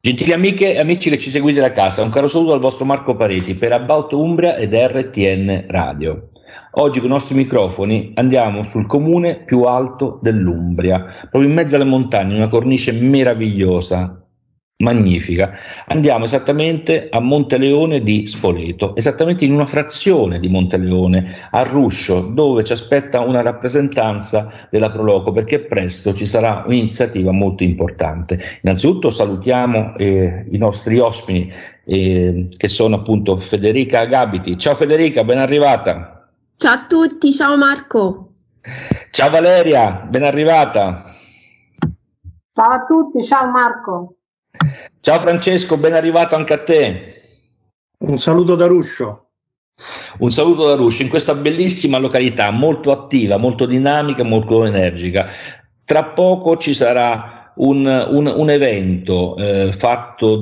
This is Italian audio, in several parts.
Gentili amiche e amici che ci seguite da casa, un caro saluto al vostro Marco Pareti per About Umbria ed RTN Radio. Oggi con i nostri microfoni andiamo sul comune più alto dell'Umbria, proprio in mezzo alle montagne, una cornice meravigliosa, magnifica. Andiamo esattamente a Monteleone di Spoleto, esattamente in una frazione di Monteleone, a Ruscio, dove ci aspetta una rappresentanza della Proloco, perché presto ci sarà un'iniziativa molto importante. Innanzitutto salutiamo i nostri ospiti, che sono appunto Federica Agabiti. Ciao Federica, ben arrivata. Ciao a tutti, ciao Marco. Ciao Valeria, ben arrivata. Ciao a tutti, ciao Marco. Ciao Francesco, ben arrivato anche a te. Un saluto da Ruscio. Un saluto da Ruscio, in questa bellissima località, molto attiva, molto dinamica, molto energica. Tra poco ci sarà un evento fatto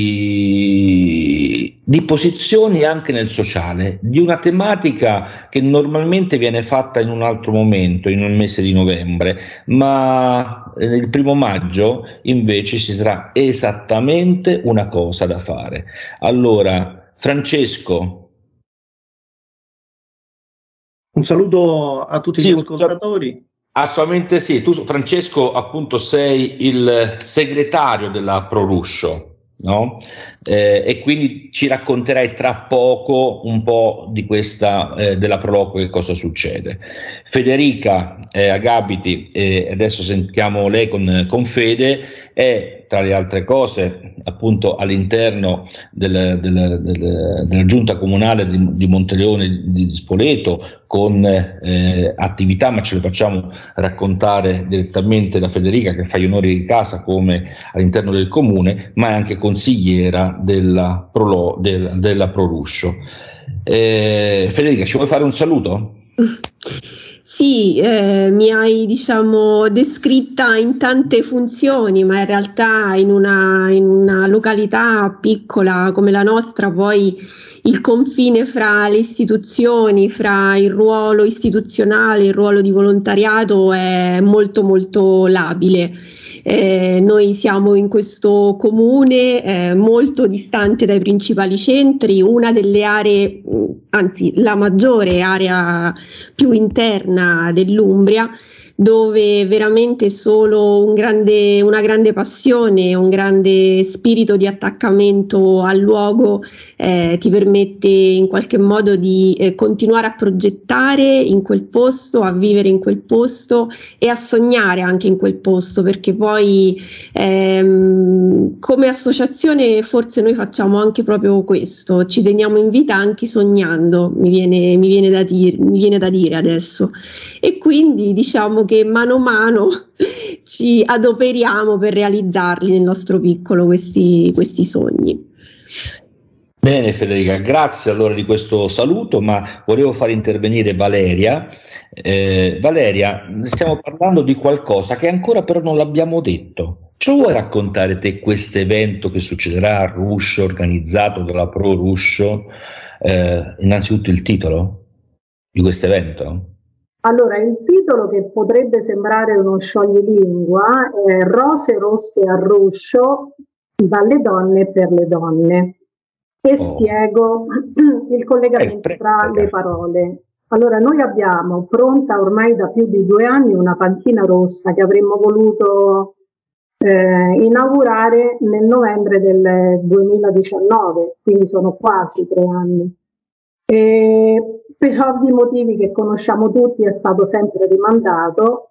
di posizioni anche nel sociale, di una tematica che normalmente viene fatta in un altro momento, in un mese di novembre, ma il 1° maggio invece ci sarà esattamente una cosa da fare. Allora, Francesco. Un saluto a tutti gli ascoltatori. Assolutamente sì, tu Francesco appunto sei il segretario della Proruscio, no? E quindi ci racconterai tra poco un po' di questa della Proloco, che cosa succede. Federica Agabiti, adesso sentiamo lei con Fede, è tra le altre cose appunto all'interno della giunta comunale di Monteleone di Spoleto, con attività, ma ce le facciamo raccontare direttamente da Federica, che fa gli onori di casa come all'interno del comune, ma è anche consigliera della Proruscio. Federica, ci vuoi fare un saluto? Sì, mi hai descritta in tante funzioni, ma in realtà in una località piccola come la nostra poi il confine fra le istituzioni, fra il ruolo istituzionale e il ruolo di volontariato è molto molto labile. Noi siamo in questo comune molto distante dai principali centri, una delle aree, anzi la maggiore area più interna dell'Umbria, dove veramente solo una grande passione, un grande spirito di attaccamento al luogo ti permette in qualche modo di continuare a progettare in quel posto, a vivere in quel posto e a sognare anche in quel posto, perché poi come associazione forse noi facciamo anche proprio questo, ci teniamo in vita anche sognando, mi viene da dire adesso, e quindi diciamo che mano a mano ci adoperiamo per realizzarli nel nostro piccolo questi sogni. Bene Federica, grazie allora di questo saluto, ma volevo far intervenire Valeria. Valeria, stiamo parlando di qualcosa che ancora però non l'abbiamo detto. Ce lo vuoi raccontare te questo evento che succederà a Ruscio, organizzato dalla Pro Ruscio? Innanzitutto il titolo di questo evento? Allora, il titolo, che potrebbe sembrare uno scioglilingua, è Rose rosse a Ruscio, dalle donne per le donne. E spiego il collegamento tra le parole. Allora, noi abbiamo pronta ormai da più di 2 anni una panchina rossa che avremmo voluto inaugurare nel novembre del 2019, quindi sono quasi 3 anni. Per ovvi motivi che conosciamo tutti è stato sempre rimandato.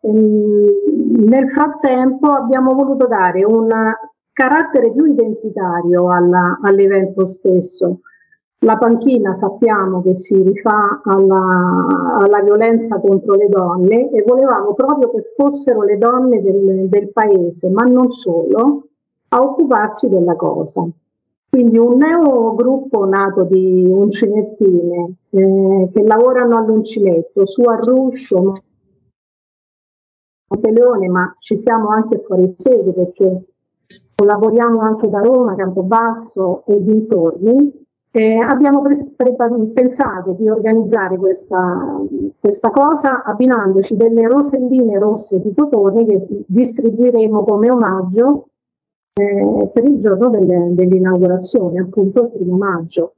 Nel frattempo abbiamo voluto dare un carattere più identitario all'evento stesso. La panchina sappiamo che si rifà alla violenza contro le donne, e volevamo proprio che fossero le donne del paese, ma non solo, a occuparsi della cosa. Quindi un neogruppo nato di uncinettine che lavorano all'uncinetto su a Ruscio, Monteleone, ma ci siamo anche fuori sede perché lavoriamo anche da Roma, Campobasso e dintorni. Abbiamo pensato di organizzare questa cosa abbinandoci delle roselline rosse di cotone che distribuiremo come omaggio per il giorno dell'inaugurazione, appunto il 1 maggio.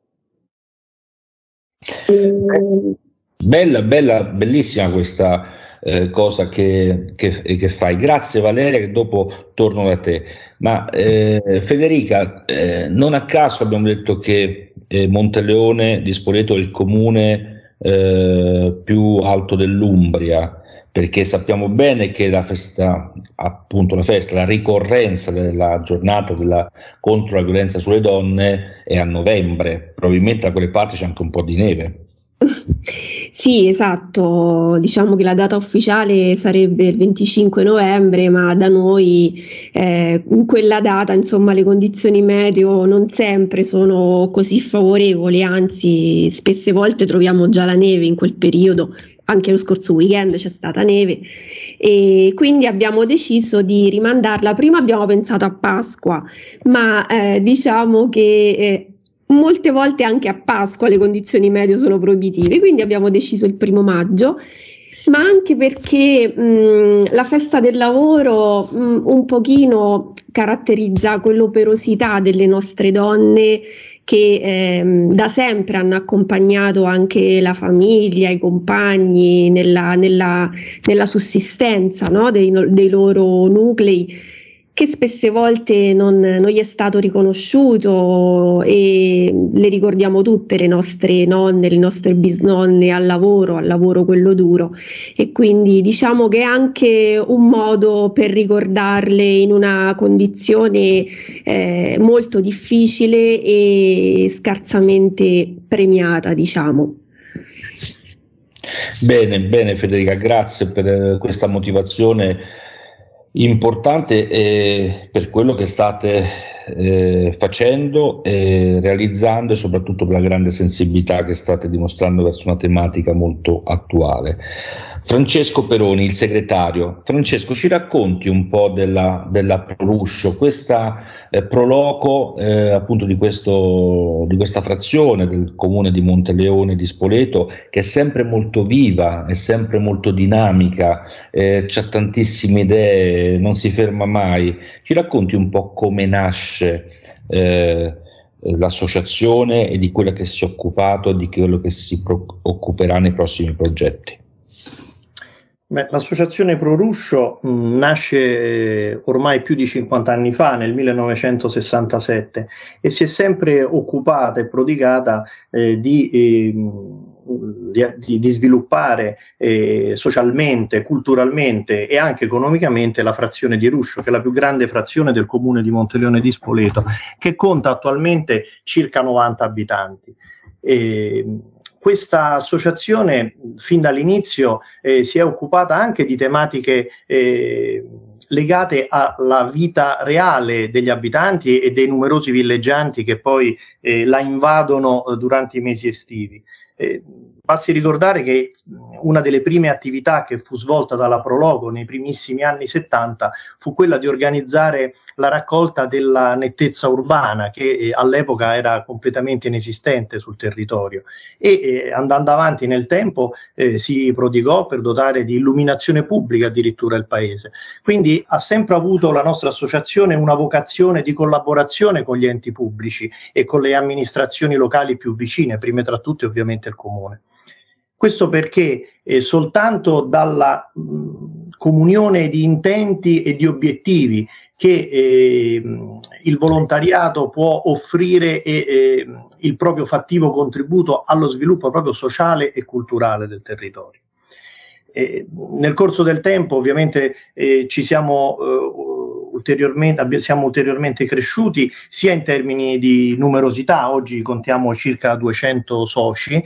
Bellissima questa cosa che fai. Grazie Valeria, che dopo torno da te. Ma Federica, non a caso abbiamo detto che Monteleone di Spoleto è il comune più alto dell'Umbria, perché sappiamo bene che la festa, la ricorrenza della giornata contro la violenza sulle donne è a novembre, probabilmente da quelle parti c'è anche un po' di neve. Sì, esatto, diciamo che la data ufficiale sarebbe il 25 novembre, ma da noi in quella data, insomma, le condizioni meteo non sempre sono così favorevoli, anzi spesse volte troviamo già la neve in quel periodo. Anche lo scorso weekend c'è stata neve e quindi abbiamo deciso di rimandarla. Prima abbiamo pensato a Pasqua, ma diciamo che molte volte anche a Pasqua le condizioni meteo sono proibitive, quindi abbiamo deciso il 1 maggio, ma anche perché la festa del lavoro un pochino caratterizza quell'operosità delle nostre donne che da sempre hanno accompagnato anche la famiglia, i compagni nella sussistenza, no? dei loro nuclei, che spesse volte non gli è stato riconosciuto, e le ricordiamo tutte, le nostre nonne, le nostre bisnonne al lavoro quello duro, e quindi diciamo che è anche un modo per ricordarle in una condizione molto difficile e scarsamente premiata, diciamo. Bene Federica, grazie per questa motivazione importante per quello che state facendo e realizzando, e soprattutto per la grande sensibilità che state dimostrando verso una tematica molto attuale. Francesco Peroni, il segretario. Francesco, ci racconti un po' della Proruscio, questa proloco appunto di questa frazione del comune di Monteleone di Spoleto, che è sempre molto viva, è sempre molto dinamica, c'ha tantissime idee, non si ferma mai. Ci racconti un po' come nasce l'associazione e di quello che si è occupato e di quello che si occuperà nei prossimi progetti? L'associazione Proruscio nasce ormai più di 50 anni fa, nel 1967, e si è sempre occupata e prodigata di sviluppare socialmente, culturalmente e anche economicamente la frazione di Ruscio, che è la più grande frazione del comune di Monteleone di Spoleto, che conta attualmente circa 90 abitanti. Questa associazione fin dall'inizio si è occupata anche di tematiche legate alla vita reale degli abitanti e dei numerosi villeggianti che poi la invadono durante i mesi estivi. Basti ricordare che una delle prime attività che fu svolta dalla Prologo nei primissimi anni 70 fu quella di organizzare la raccolta della nettezza urbana, che all'epoca era completamente inesistente sul territorio, e andando avanti nel tempo si prodigò per dotare di illuminazione pubblica addirittura il paese. Quindi ha sempre avuto la nostra associazione una vocazione di collaborazione con gli enti pubblici e con le amministrazioni locali più vicine, prime tra tutte ovviamente il comune. Questo perché soltanto dalla comunione di intenti e di obiettivi che il volontariato può offrire il proprio fattivo contributo allo sviluppo proprio sociale e culturale del territorio. Nel corso del tempo ovviamente siamo ulteriormente cresciuti sia in termini di numerosità. Oggi contiamo circa 200 soci,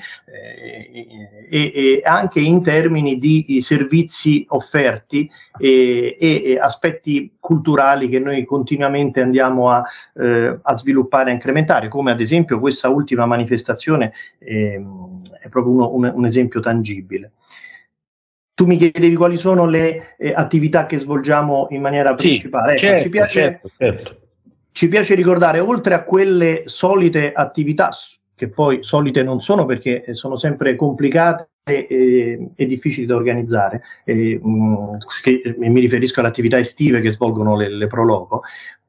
e anche in termini di servizi offerti e aspetti culturali che noi continuamente andiamo a sviluppare e a incrementare, come ad esempio questa ultima manifestazione è proprio un esempio tangibile. Tu mi chiedevi quali sono le attività che svolgiamo in maniera principale. Ecco, certo. Ci piace ricordare, oltre a quelle solite attività, che poi solite non sono perché sono sempre complicate e difficili da organizzare, mi riferisco alle attività estive che svolgono le Proloco.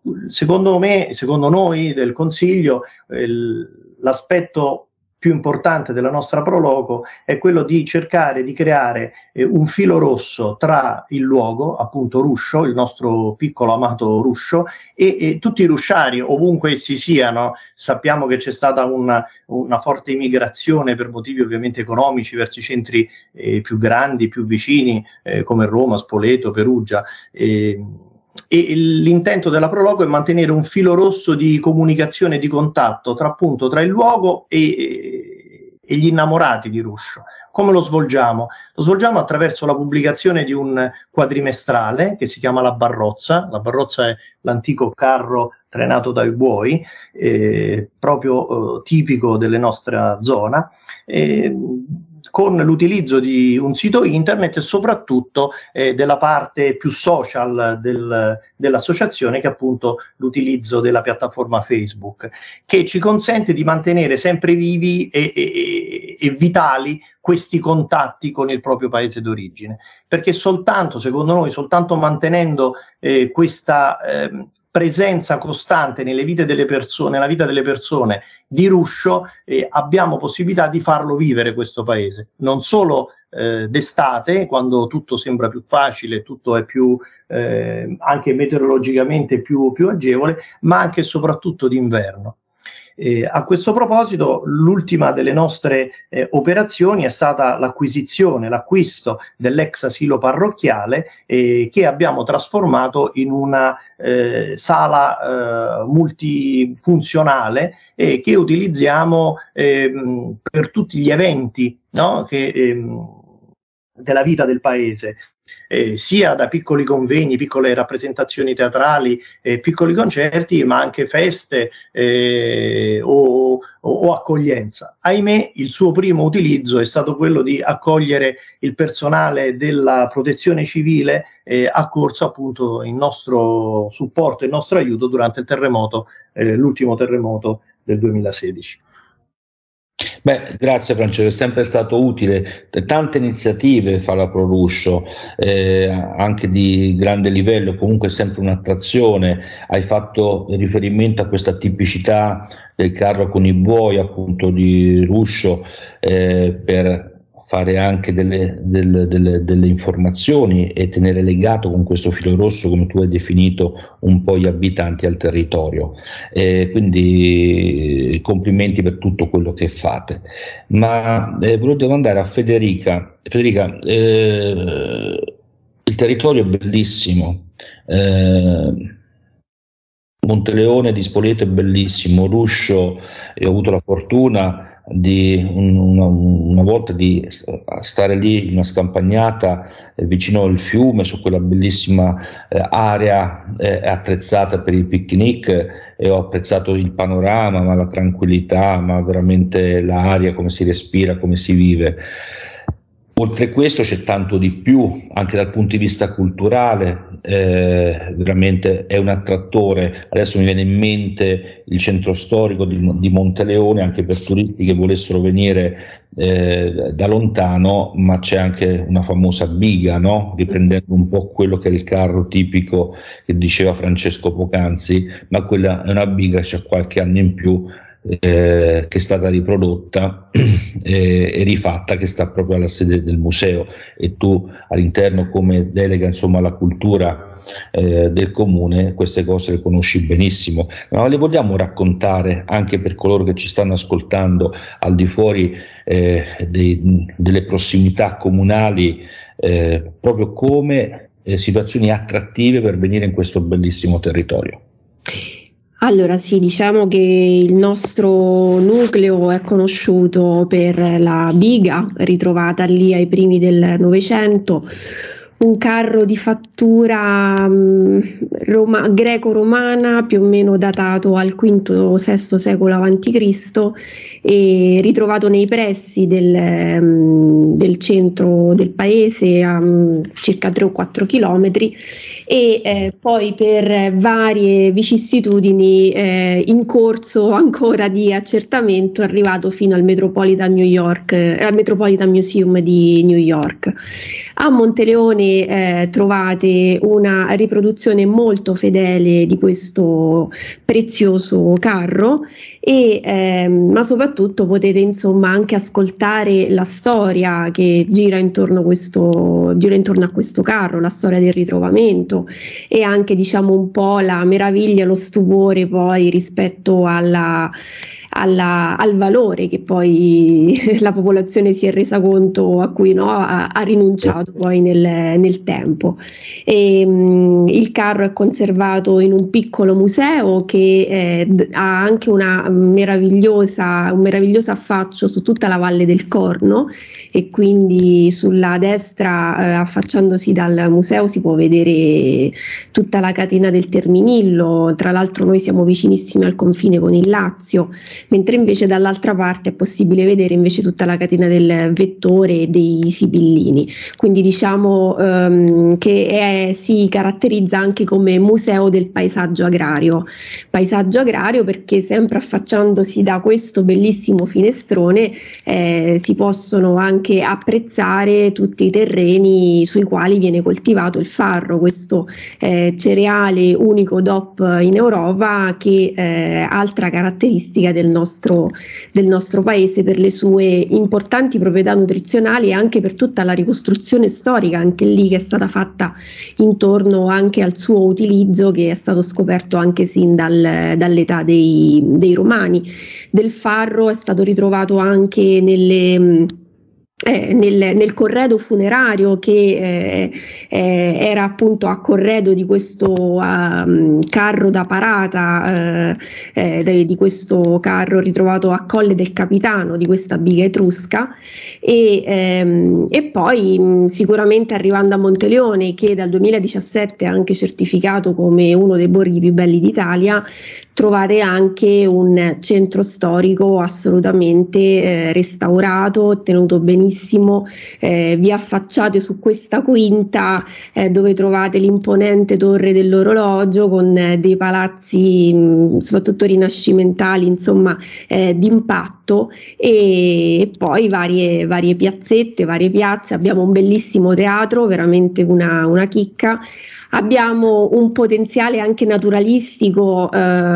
secondo noi del Consiglio, l'aspetto più importante della nostra Proloco è quello di cercare di creare un filo rosso tra il luogo, appunto Ruscio, il nostro piccolo amato Ruscio, e tutti i rusciari, ovunque essi siano. Sappiamo che c'è stata una forte immigrazione per motivi ovviamente economici verso i centri più grandi, più vicini, come Roma, Spoleto, Perugia. E l'intento della Proloco è mantenere un filo rosso di comunicazione e di contatto tra il luogo e gli innamorati di Ruscio. Come lo svolgiamo? Lo svolgiamo attraverso la pubblicazione di un quadrimestrale che si chiama La Barrozza. La Barrozza è l'antico carro trainato dai buoi, proprio tipico della nostra zona, con l'utilizzo di un sito internet e soprattutto della parte più social dell'associazione, che è appunto l'utilizzo della piattaforma Facebook, che ci consente di mantenere sempre vivi e vitali questi contatti con il proprio paese d'origine, perché secondo noi, soltanto mantenendo questa presenza costante nella vita delle persone di Ruscio, abbiamo possibilità di farlo vivere questo paese, non solo d'estate, quando tutto sembra più facile, tutto è più anche meteorologicamente più agevole, ma anche e soprattutto d'inverno. A questo proposito, l'ultima delle nostre operazioni è stata l'acquisto dell'ex asilo parrocchiale, che abbiamo trasformato in una sala multifunzionale che utilizziamo per tutti gli eventi, no? Della vita del paese. Sia da piccoli convegni, piccole rappresentazioni teatrali, piccoli concerti, ma anche feste o accoglienza. Ahimè, il suo primo utilizzo è stato quello di accogliere il personale della protezione civile accorso appunto il nostro supporto e il nostro aiuto durante il terremoto, l'ultimo terremoto del 2016. Beh, grazie Francesco, è sempre stato utile, tante iniziative fa la Proruscio, anche di grande livello, comunque sempre un'attrazione. Hai fatto riferimento a questa tipicità del carro con i buoi appunto di Ruscio, per fare anche delle informazioni e tenere legato con questo filo rosso, come tu hai definito, un po' gli abitanti al territorio. Quindi complimenti per tutto quello che fate. Ma volevo domandare a Federica. Federica, il territorio è bellissimo. Monteleone di Spoleto è bellissimo, Ruscio, e ho avuto la fortuna di una volta di stare lì in una scampagnata vicino al fiume, su quella bellissima area attrezzata per il picnic, e ho apprezzato il panorama, ma la tranquillità, ma veramente l'aria, come si respira, come si vive. Oltre a questo c'è tanto di più, anche dal punto di vista culturale, veramente è un attrattore. Adesso mi viene in mente il centro storico di Monteleone, anche per turisti che volessero venire da lontano, ma c'è anche una famosa biga, no? Riprendendo un po' quello che è il carro tipico che diceva Francesco poc'anzi, ma quella è una biga che c'ha qualche anno in più, che è stata riprodotta e rifatta, che sta proprio alla sede del museo, e tu all'interno, come delega insomma alla cultura del comune, queste cose le conosci benissimo, ma le vogliamo raccontare anche per coloro che ci stanno ascoltando al di fuori delle prossimità comunali, proprio come situazioni attrattive per venire in questo bellissimo territorio? Allora sì, diciamo che il nostro nucleo è conosciuto per la biga ritrovata lì ai primi del Novecento, un carro di fattura greco-romana, più o meno datato al V-VI secolo a.C., e ritrovato nei pressi del centro del paese, a circa 3 o 4 chilometri, e poi per varie vicissitudini in corso ancora di accertamento è arrivato fino al Metropolitan Museum di New York. A Monteleone trovate una riproduzione molto fedele di questo prezioso carro ma soprattutto potete insomma anche ascoltare la storia che gira intorno a questo carro, la storia del ritrovamento e anche diciamo un po' la meraviglia, lo stupore poi rispetto al valore che poi la popolazione si è resa conto, a cui ha rinunciato poi nel tempo. Il carro è conservato in un piccolo museo che ha anche un meraviglioso affaccio su tutta la Valle del Corno, e quindi sulla destra affacciandosi dal museo si può vedere tutta la catena del Terminillo. Tra l'altro noi siamo vicinissimi al confine con il Lazio, mentre invece dall'altra parte è possibile vedere invece tutta la catena del Vettore e dei Sibillini. Quindi diciamo che si caratterizza anche come museo del paesaggio agrario perché sempre affacciandosi da questo bellissimo finestrone si possono anche apprezzare tutti i terreni sui quali viene coltivato il farro, questo cereale unico DOP in Europa, che altra caratteristica del nostro paese per le sue importanti proprietà nutrizionali e anche per tutta la ricostruzione storica anche lì che è stata fatta intorno anche al suo utilizzo, che è stato scoperto anche sin dall'età dei Romani. Del farro è stato ritrovato anche nel corredo funerario che era appunto a corredo di questo carro da parata, di questo carro ritrovato a Colle del Capitano, di questa biga etrusca, e poi sicuramente arrivando a Monteleone, che dal 2017 è anche certificato come uno dei borghi più belli d'Italia, trovate anche un centro storico assolutamente restaurato, tenuto benissimo. Vi affacciate su questa quinta dove trovate l'imponente torre dell'orologio con dei palazzi soprattutto rinascimentali, insomma d'impatto, e poi varie piazzette, varie piazze. Abbiamo un bellissimo teatro, veramente una chicca. Abbiamo un potenziale anche naturalistico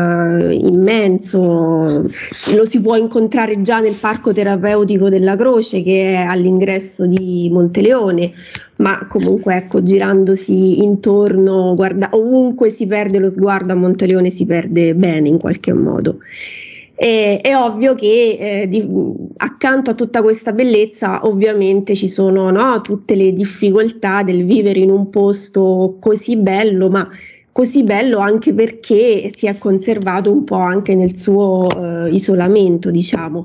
immenso, lo si può incontrare già nel parco terapeutico della Croce, che è all'ingresso di Monteleone, ma comunque ecco, girandosi intorno, ovunque si perde lo sguardo a Monteleone si perde bene in qualche modo. È ovvio che accanto a tutta questa bellezza ovviamente ci sono tutte le difficoltà del vivere in un posto così bello, ma così bello anche perché si è conservato un po' anche nel suo isolamento, diciamo.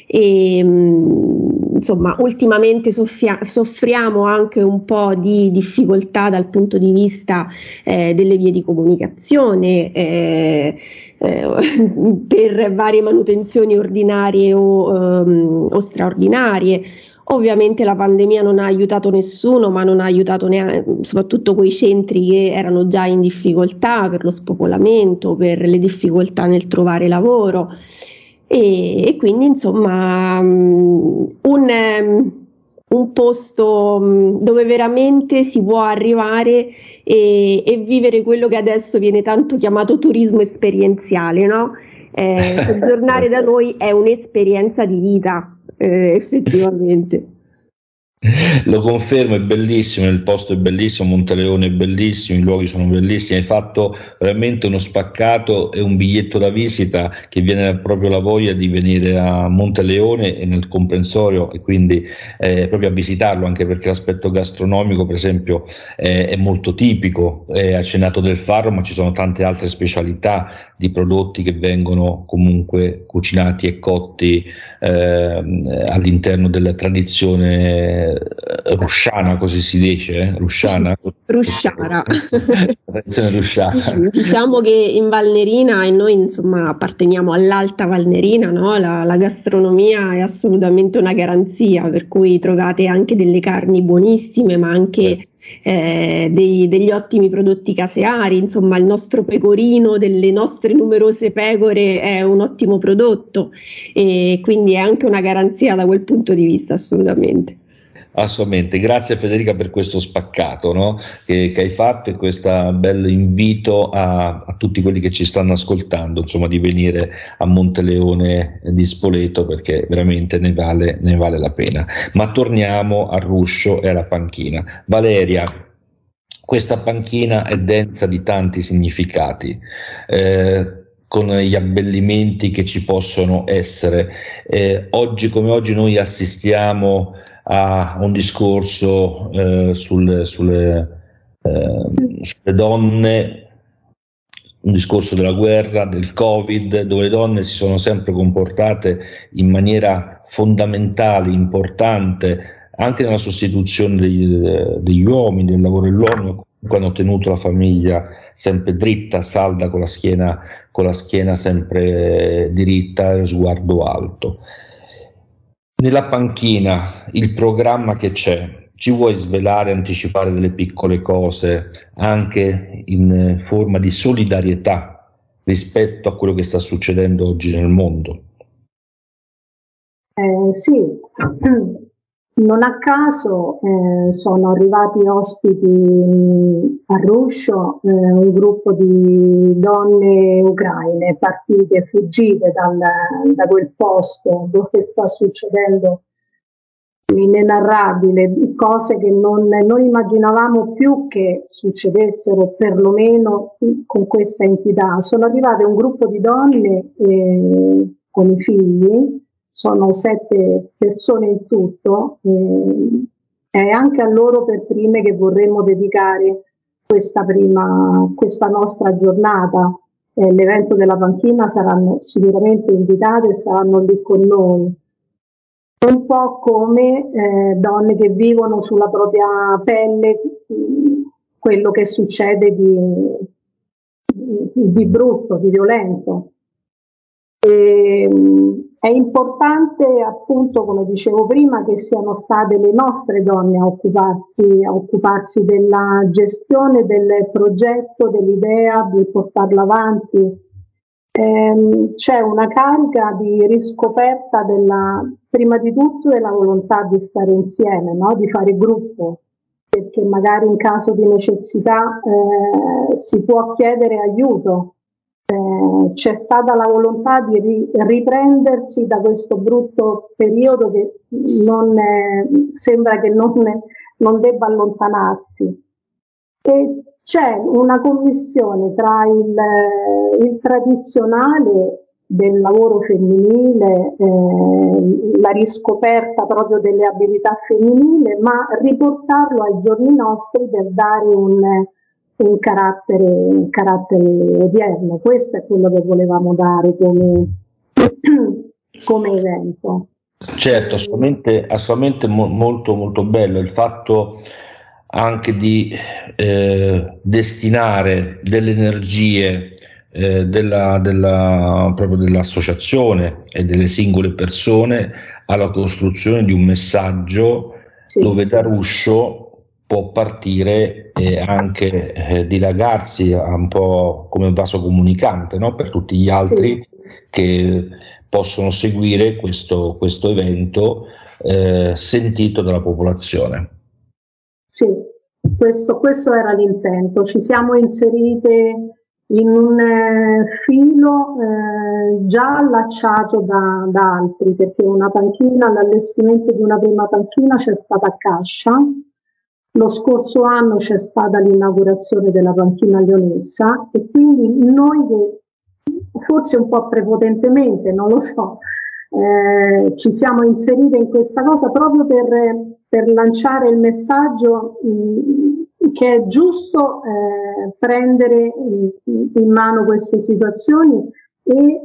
Insomma, ultimamente soffriamo anche un po' di difficoltà dal punto di vista delle vie di comunicazione, per varie manutenzioni ordinarie o straordinarie. Ovviamente la pandemia non ha aiutato nessuno, ma non ha aiutato soprattutto quei centri che erano già in difficoltà per lo spopolamento, per le difficoltà nel trovare lavoro, e quindi insomma un posto dove veramente si può arrivare e vivere quello che adesso viene tanto chiamato turismo esperienziale, no? Soggiornare da noi è un'esperienza di vita, effettivamente. Lo confermo, è bellissimo, il posto è bellissimo, Monteleone è bellissimo, i luoghi sono bellissimi, hai fatto veramente uno spaccato e un biglietto da visita che viene proprio la voglia di venire a Monteleone e nel comprensorio, e quindi proprio a visitarlo, anche perché l'aspetto gastronomico per esempio è molto tipico. Accennato del farro, ma ci sono tante altre specialità di prodotti che vengono comunque cucinati e cotti all'interno della tradizione rusciana, così si dice, rusciana? Rusciara. Rusciana. Diciamo che in Valnerina, e noi insomma apparteniamo all'Alta Valnerina, no? La gastronomia è assolutamente una garanzia, per cui trovate anche delle carni buonissime, ma anche degli ottimi prodotti caseari, insomma il nostro pecorino delle nostre numerose pecore è un ottimo prodotto e quindi è anche una garanzia da quel punto di vista, assolutamente. Assolutamente, grazie Federica per questo spaccato, no? che hai fatto e questo bello invito a tutti quelli che ci stanno ascoltando, insomma, di venire a Monteleone di Spoleto, perché veramente ne vale la pena. Ma torniamo al Ruscio e alla panchina. Valeria, questa panchina è densa di tanti significati, con gli abbellimenti che ci possono essere. Oggi come oggi noi assistiamo a un discorso sulle donne, un discorso della guerra, del Covid, dove le donne si sono sempre comportate in maniera fondamentale, importante, anche nella sostituzione degli uomini, del lavoro dell'uomo, hanno tenuto la famiglia sempre dritta, salda, con la schiena sempre diritta e lo sguardo alto. Nella panchina, il programma che c'è, ci vuoi svelare, anticipare delle piccole cose anche in forma di solidarietà rispetto a quello che sta succedendo oggi nel mondo? Sì, non a caso sono arrivati ospiti a Ruscio un gruppo di donne ucraine partite e fuggite da quel posto dove sta succedendo inenarrabile, cose che non immaginavamo più che succedessero, perlomeno con questa entità. Sono arrivate un gruppo di donne con i figli, sono 7 persone in tutto, è anche a loro per prime che vorremmo dedicare questa nostra giornata. L'evento della panchina saranno sicuramente invitate e saranno lì con noi. Un po' come donne che vivono sulla propria pelle quello che succede di brutto, di violento. È importante, appunto, come dicevo prima, che siano state le nostre donne a occuparsi della gestione del progetto, dell'idea, di portarla avanti. C'è una carica di riscoperta prima di tutto della volontà di stare insieme, no? Di fare gruppo, perché magari in caso di necessità si può chiedere aiuto. C'è stata la volontà di riprendersi da questo brutto periodo che sembra che non debba allontanarsi. E c'è una commissione tra il tradizionale del lavoro femminile, la riscoperta proprio delle abilità femminili, ma riportarlo ai giorni nostri per dare un carattere odierno. Questo è quello che volevamo dare come evento. Certo, assolutamente molto molto bello il fatto anche di destinare delle energie proprio dell'associazione e delle singole persone alla costruzione di un messaggio, sì, dove da Ruscio può partire e anche dilagarsi un po' come un vaso comunicante, no? Per tutti gli altri, sì, che possono seguire questo evento sentito dalla popolazione. Sì, questo era l'intento. Ci siamo inserite in un filo già allacciato da altri, perché l'allestimento di una prima panchina c'è stata a Cascia. Lo scorso anno c'è stata l'inaugurazione della panchina Leonessa e quindi noi, forse un po' prepotentemente, non lo so, ci siamo inserite in questa cosa proprio per lanciare il messaggio che è giusto prendere in mano queste situazioni e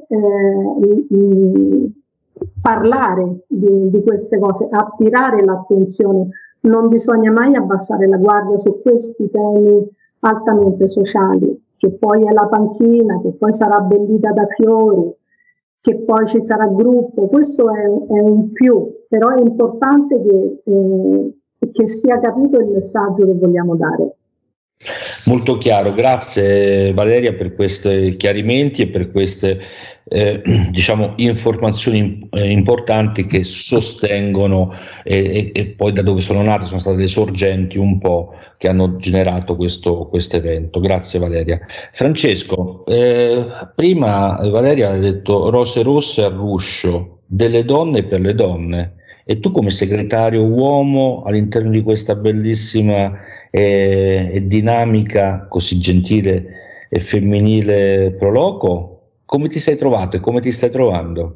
parlare di queste cose, attirare l'attenzione. Non bisogna mai abbassare la guardia su questi temi altamente sociali, che poi è la panchina, che poi sarà abbellita da fiori, che poi ci sarà gruppo. Questo è un più, però è importante che e che sia capito il messaggio che vogliamo dare. Molto chiaro, grazie Valeria per questi chiarimenti e per queste diciamo informazioni importanti che sostengono e poi da dove sono nate, sono state le sorgenti un po' che hanno generato questo evento. Grazie Valeria. Francesco, prima Valeria ha detto rose rosse al Ruscio, delle donne per le donne. E tu come segretario uomo all'interno di questa bellissima e dinamica, così gentile e femminile Proloco, come ti sei trovato e come ti stai trovando?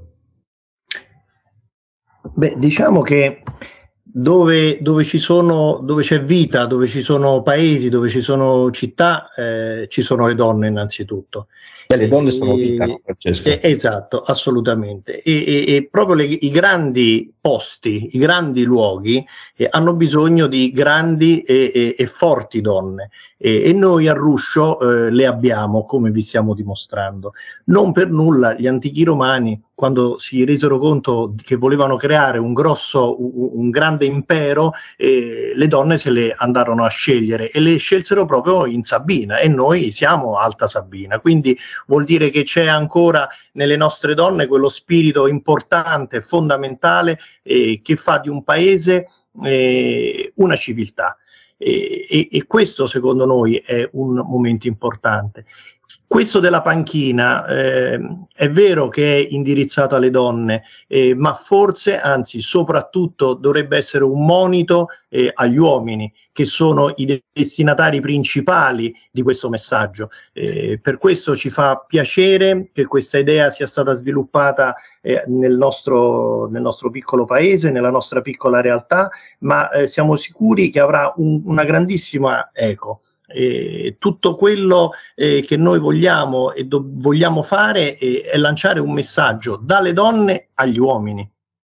Beh, diciamo che dove c'è vita, dove ci sono paesi, dove ci sono città, ci sono le donne innanzitutto. Le donne sono vita, no, Francesco? Esatto, assolutamente. E proprio i grandi posti, i grandi luoghi hanno bisogno di grandi e forti donne. E noi a Ruscio le abbiamo, come vi stiamo dimostrando. Non per nulla gli antichi romani, quando si resero conto che volevano creare un grande impero, le donne se le andarono a scegliere e le scelsero proprio in Sabina, e noi siamo Alta Sabina, quindi vuol dire che c'è ancora nelle nostre donne quello spirito importante, fondamentale, che fa di un paese una civiltà. E questo secondo noi è un momento importante. Questo della panchina è vero che è indirizzato alle donne, ma forse, anzi soprattutto, dovrebbe essere un monito agli uomini, che sono i destinatari principali di questo messaggio. Per questo ci fa piacere che questa idea sia stata sviluppata nel nostro piccolo paese, nella nostra piccola realtà, ma siamo sicuri che avrà una grandissima eco. Tutto quello che noi vogliamo e vogliamo fare è lanciare un messaggio dalle donne agli uomini.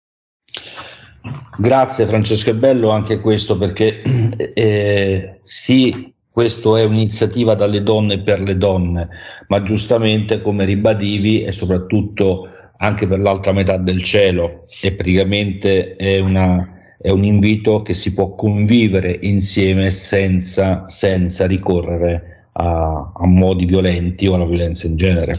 Grazie Francesco, è bello anche questo, perché sì, questo è un'iniziativa dalle donne per le donne, ma giustamente, come ribadivi, è soprattutto anche per l'altra metà del cielo, e praticamente è un invito che si può convivere insieme senza ricorrere a modi violenti o alla violenza in genere.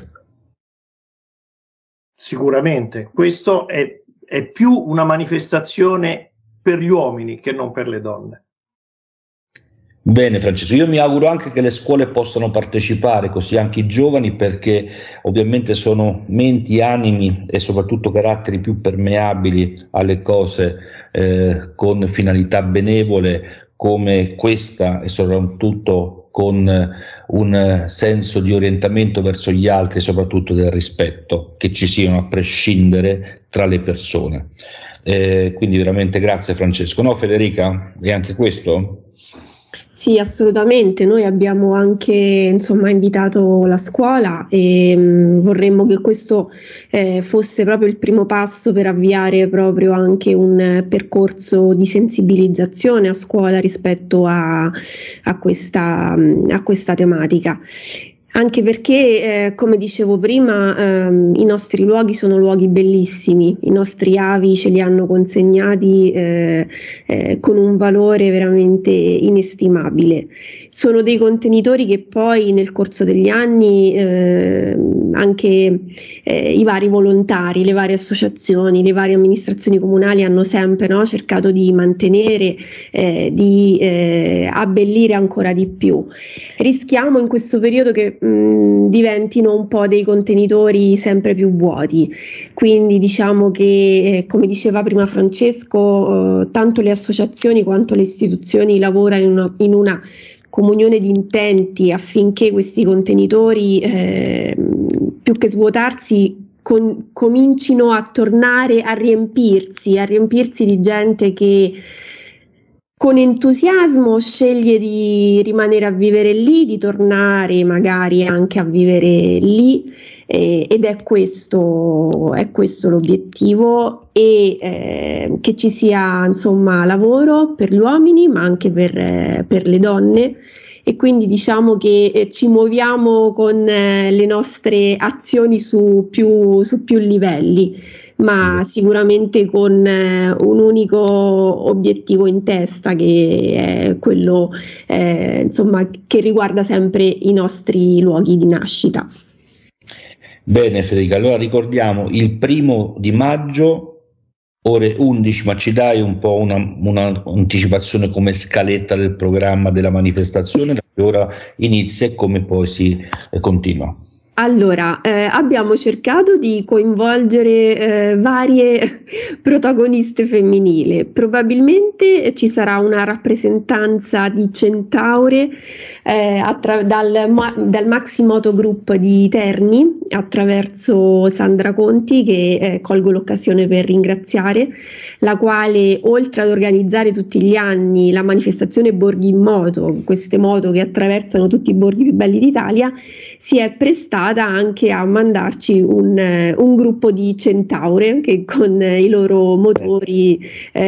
Sicuramente, questo è più una manifestazione per gli uomini che non per le donne. Bene Francesco, io mi auguro anche che le scuole possano partecipare, così anche i giovani, perché ovviamente sono menti, animi e soprattutto caratteri più permeabili alle cose con finalità benevole come questa, e soprattutto con un senso di orientamento verso gli altri e soprattutto del rispetto che ci siano a prescindere tra le persone. Quindi veramente grazie Francesco. No Federica? E anche questo? Sì, assolutamente. Noi abbiamo anche invitato la scuola e vorremmo che questo fosse proprio il primo passo per avviare proprio anche un percorso di sensibilizzazione a scuola rispetto a questa tematica. Anche perché, come dicevo prima, i nostri luoghi sono luoghi bellissimi, i nostri avi ce li hanno consegnati con un valore veramente inestimabile. Sono dei contenitori che poi nel corso degli anni anche i vari volontari, le varie associazioni, le varie amministrazioni comunali hanno sempre cercato di mantenere, di abbellire ancora di più. Rischiamo in questo periodo che diventino un po' dei contenitori sempre più vuoti, quindi diciamo che come diceva prima Francesco, tanto le associazioni quanto le istituzioni lavorano in una comunione di intenti affinché questi contenitori più che svuotarsi comincino a tornare a riempirsi di gente che con entusiasmo sceglie di rimanere a vivere lì, di tornare magari anche a vivere lì, ed è questo l'obiettivo, e che ci sia lavoro per gli uomini ma anche per le donne, e quindi diciamo che ci muoviamo con le nostre azioni su più livelli. ma sicuramente con un unico obiettivo in testa, che è quello insomma, che riguarda sempre i nostri luoghi di nascita. Bene Federica, allora ricordiamo il 1° ore 11, ma ci dai un po' una anticipazione come scaletta del programma della manifestazione, da che ora inizia e come poi si continua? Allora, abbiamo cercato di coinvolgere varie protagoniste femminili. Probabilmente ci sarà una rappresentanza di centaure dal Maxi Moto Group di Terni, attraverso Sandra Conti, che colgo l'occasione per ringraziare, la quale, oltre ad organizzare tutti gli anni la manifestazione Borghi in Moto, queste moto che attraversano tutti i borghi più belli d'Italia, si è prestata anche a mandarci un gruppo di centaure che con i loro motori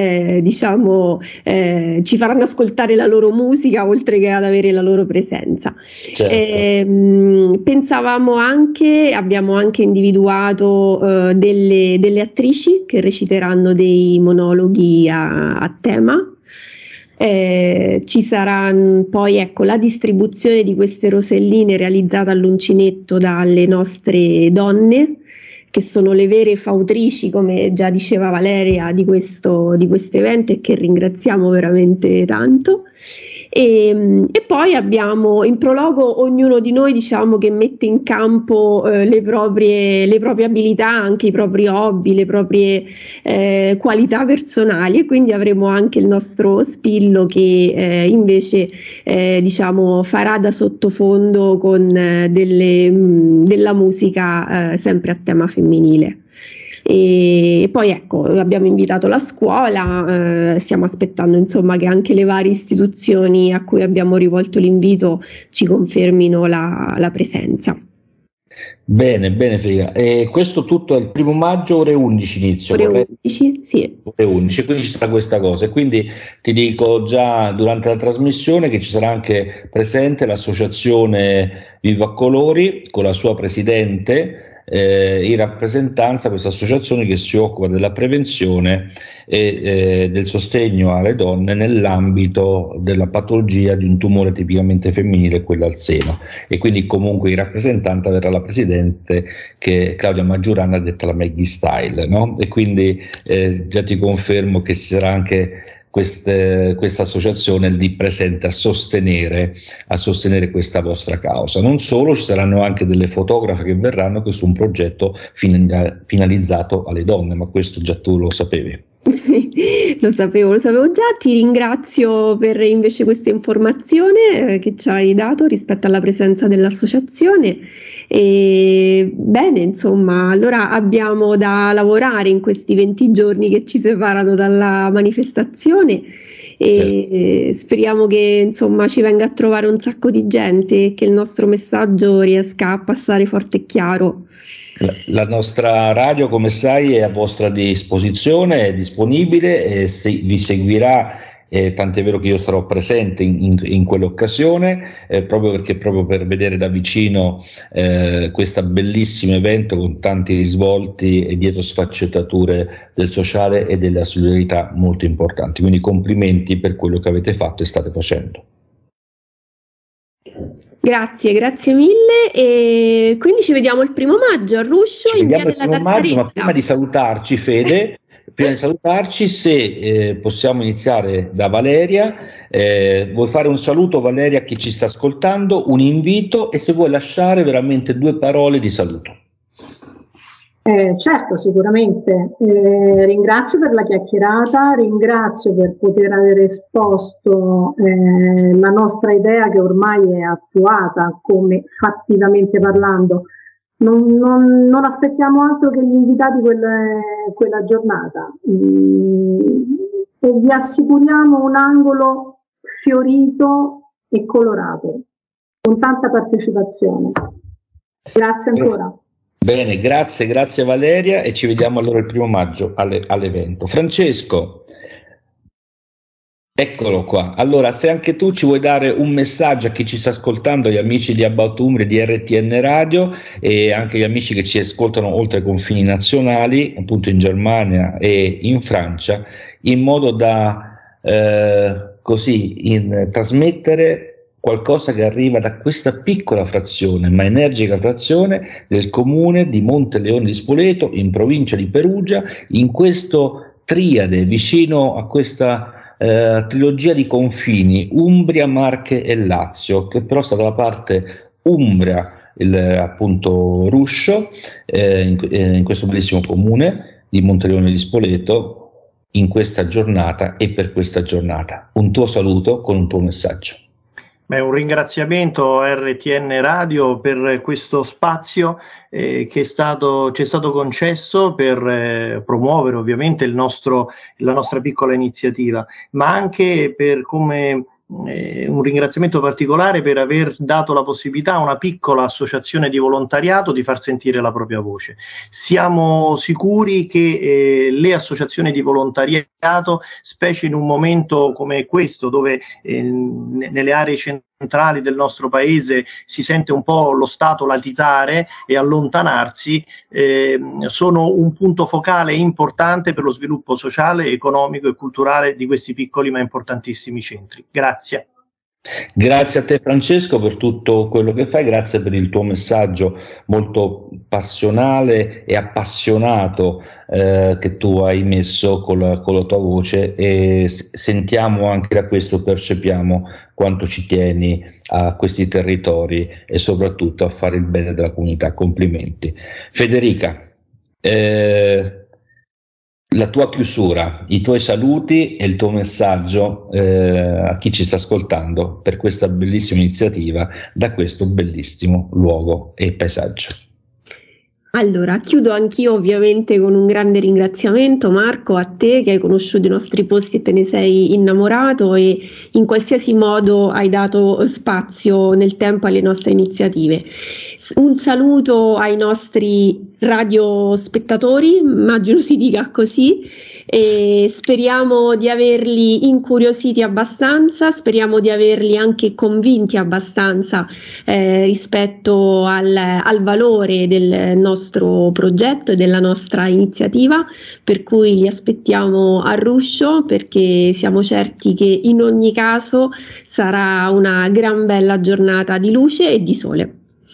ci faranno ascoltare la loro musica, oltre che ad avere la loro presenza. Certo. Pensavamo anche, abbiamo anche individuato delle attrici che reciteranno dei monologhi a tema. Ci sarà poi, ecco, la distribuzione di queste roselline realizzata all'uncinetto dalle nostre donne, che sono le vere fautrici, come già diceva Valeria, di questo evento, e che ringraziamo veramente tanto. E poi abbiamo in prologo ognuno di noi, diciamo, che mette in campo le proprie abilità, anche i propri hobby, le proprie qualità personali, e quindi avremo anche il nostro Spillo che invece diciamo farà da sottofondo con della musica sempre a tema femminile. E poi ecco, abbiamo invitato la scuola, stiamo aspettando insomma che anche le varie istituzioni a cui abbiamo rivolto l'invito ci confermino la presenza. Bene, bene Federica. E questo tutto è il 1° maggio, ore 11 inizio. Ore 11, sì. Ore 11, quindi ci sarà questa cosa. E quindi ti dico già durante la trasmissione che ci sarà anche presente l'associazione Viva Colori con la sua presidente, in rappresentanza questa associazione che si occupa della prevenzione e del sostegno alle donne nell'ambito della patologia di un tumore tipicamente femminile, quello al seno, e quindi comunque in rappresentanza verrà la presidente, che Claudia Maggiorana, detta la Maggie Style, no? E quindi già ti confermo che ci sarà anche questa associazione lì presente a sostenere questa vostra causa. Non solo, ci saranno anche delle fotografe che verranno, che su un progetto finalizzato alle donne, ma questo già tu lo sapevi. Lo sapevo già. Ti ringrazio per invece questa informazione che ci hai dato rispetto alla presenza dell'associazione. E bene, insomma, allora abbiamo da lavorare in questi 20 giorni che ci separano dalla manifestazione, e speriamo che insomma ci venga a trovare un sacco di gente e che il nostro messaggio riesca a passare forte e chiaro. La nostra radio, come sai, è a vostra disposizione, è disponibile, e vi seguirà, tant'è vero che io sarò presente in quell'occasione, proprio per vedere da vicino questo bellissimo evento con tanti risvolti e dietro sfaccettature del sociale e della solidarietà molto importanti. Quindi complimenti per quello che avete fatto e state facendo. Grazie mille, e quindi ci vediamo il 1° maggio a Ruscio in via della Tazzaretta. Ma prima di salutarci, Fede, se possiamo iniziare da Valeria, vuoi fare un saluto, Valeria, a chi ci sta ascoltando, un invito, e se vuoi lasciare veramente 2 parole di saluto. Certo, sicuramente. Ringrazio per la chiacchierata, ringrazio per poter aver esposto la nostra idea, che ormai è attuata, come fattivamente parlando. Non aspettiamo altro che gli invitati quella giornata, e vi assicuriamo un angolo fiorito e colorato, con tanta partecipazione. Grazie ancora. Bene, grazie Valeria, e ci vediamo allora il 1° maggio all'evento. Francesco. Eccolo qua. Allora, se anche tu ci vuoi dare un messaggio a chi ci sta ascoltando, gli amici di About Umbria, di RTN Radio, e anche gli amici che ci ascoltano oltre i confini nazionali, appunto in Germania e in Francia, in modo da trasmettere qualcosa che arriva da questa piccola frazione, ma energica frazione del comune di Monteleone di Spoleto, in provincia di Perugia, in questo triade, vicino a questa trilogia di confini Umbria, Marche e Lazio, che però sta dalla parte Umbria, appunto Ruscio, in questo bellissimo comune di Monteleone di Spoleto, in questa giornata e per questa giornata. Un tuo saluto con un tuo messaggio. Beh, un ringraziamento a RTN Radio per questo spazio che ci è stato concesso per promuovere ovviamente la nostra piccola iniziativa, ma anche per un ringraziamento particolare per aver dato la possibilità a una piccola associazione di volontariato di far sentire la propria voce. Siamo sicuri che le associazioni di volontariato, specie in un momento come questo, dove nelle aree centrali del nostro paese si sente un po' lo Stato latitare e allontanarsi, sono un punto focale importante per lo sviluppo sociale, economico e culturale di questi piccoli ma importantissimi centri. Grazie. Grazie a te Francesco per tutto quello che fai, grazie per il tuo messaggio molto passionale e appassionato che tu hai messo con la tua voce, e sentiamo anche da questo, percepiamo quanto ci tieni a questi territori e soprattutto a fare il bene della comunità. Complimenti. Federica, la tua chiusura, i tuoi saluti e il tuo messaggio a chi ci sta ascoltando per questa bellissima iniziativa da questo bellissimo luogo e paesaggio. Allora, chiudo anch'io ovviamente con un grande ringraziamento, Marco, a te che hai conosciuto i nostri posti e te ne sei innamorato e in qualsiasi modo hai dato spazio nel tempo alle nostre iniziative. Un saluto ai nostri radiospettatori, immagino si dica così, e speriamo di averli incuriositi abbastanza, speriamo di averli anche convinti abbastanza rispetto al valore del nostro progetto e della nostra iniziativa, per cui li aspettiamo a Ruscio, perché siamo certi che in ogni caso sarà una gran bella giornata di luce e di sole.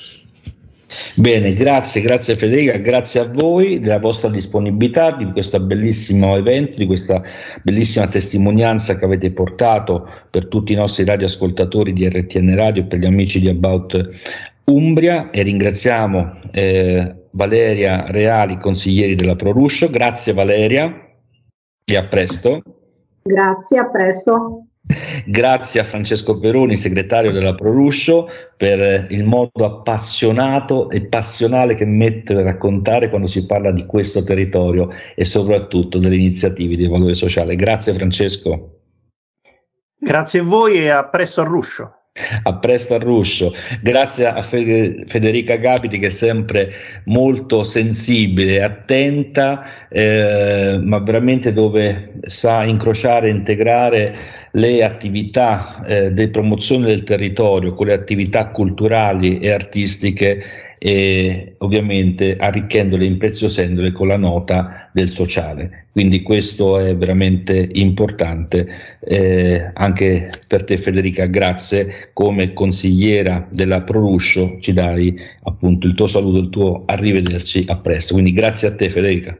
Bene, grazie Federica, grazie a voi della vostra disponibilità, di questo bellissimo evento, di questa bellissima testimonianza che avete portato per tutti i nostri radioascoltatori di RTN Radio e per gli amici di About Umbria, e ringraziamo Valeria Reali, consiglieri della ProRuscio. Grazie Valeria e a presto. Grazie, a presto. Grazie a Francesco Peroni, segretario della ProRuscio, per il modo appassionato e passionale che mette a raccontare quando si parla di questo territorio e soprattutto delle iniziative di valore sociale. Grazie Francesco. Grazie a voi e a presto a Ruscio. A presto a Ruscio. Grazie a Federica Gabiti, che è sempre molto sensibile, attenta, ma veramente dove sa incrociare e integrare le attività di promozione del territorio con le attività culturali e artistiche, e ovviamente arricchendole, impreziosendole con la nota del sociale. Quindi questo è veramente importante anche per te Federica. Grazie, come consigliera della ProRuscio ci dai appunto il tuo saluto, il tuo arrivederci, a presto. Quindi grazie a te Federica.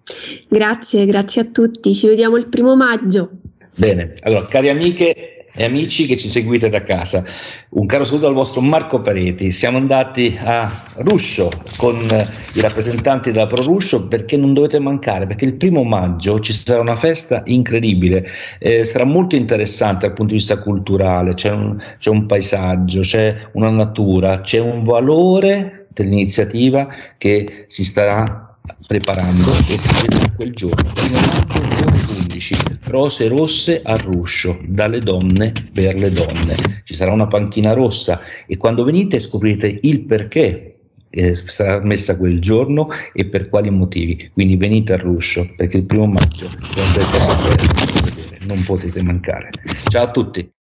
Grazie a tutti, ci vediamo il 1° maggio. Bene, allora cari amiche e amici che ci seguite da casa, un caro saluto al vostro Marco Pareti. Siamo andati a Ruscio con i rappresentanti della ProRuscio, perché non dovete mancare, perché il 1° maggio ci sarà una festa incredibile, sarà molto interessante dal punto di vista culturale, c'è un paesaggio, c'è una natura, c'è un valore dell'iniziativa che si starà preparando e si vedrà quel giorno, 1° maggio, ore 11, rose rosse a Ruscio, dalle donne per le donne. Ci sarà una panchina rossa e quando venite scoprirete il perché sarà messa quel giorno e per quali motivi. Quindi venite a Ruscio, perché il 1° maggio sarà un bel posto per vedere. non potete mancare. Ciao a tutti.